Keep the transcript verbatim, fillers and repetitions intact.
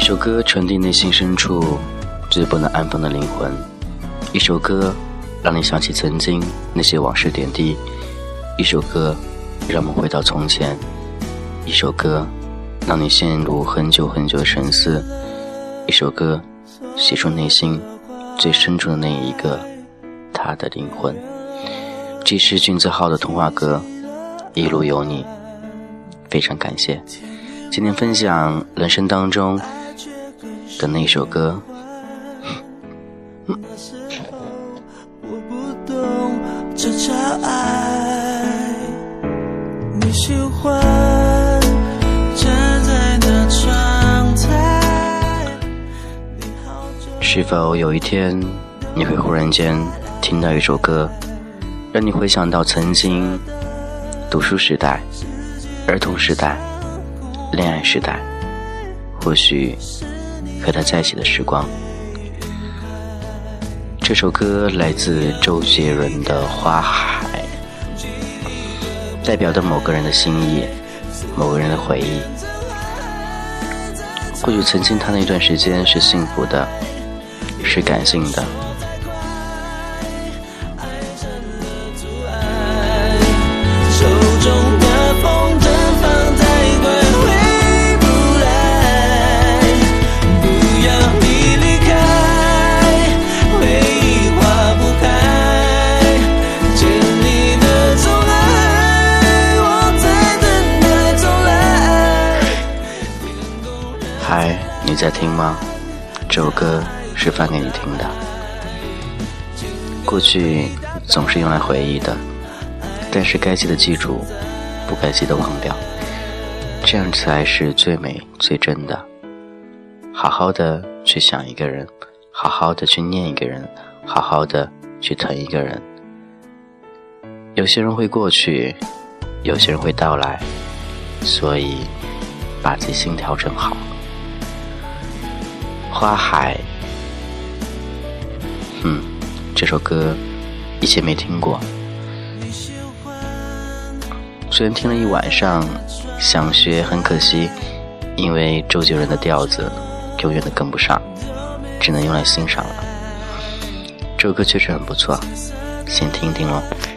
首歌传递内心深处最不能安放的灵魂，一首歌让你想起曾经那些往事点滴，一首歌让我们回到从前，一首歌让你陷入很久很久的沉思，一首歌写出内心最深处的那一个他的灵魂。这是俊子浩的童话歌一路有你，非常感谢。今天分享人生当中的那首歌。 我不懂这叫爱，你喜欢站在那窗台。 是否有一天你会忽然间听到一首歌，让你回想到曾经读书时代、儿童时代、恋爱时代，或许和他在一起的时光。这首歌来自周杰伦的《花海》，代表着某个人的心意，某个人的回忆。或许曾经他那段时间是幸福的，是感性的。嗨，你在听吗？这首歌是放给你听的。过去总是用来回忆的，但是该记得记住，不该记得忘掉，这样才是最美最真的。好好的去想一个人，好好的去念一个人，好好的去疼一个人。有些人会过去，有些人会到来，所以把自己心调整好。花海，嗯，这首歌以前没听过，虽然听了一晚上，想学很可惜，因为周杰伦的调子永远都跟不上，只能用来欣赏了。这首歌确实很不错，先听听咯。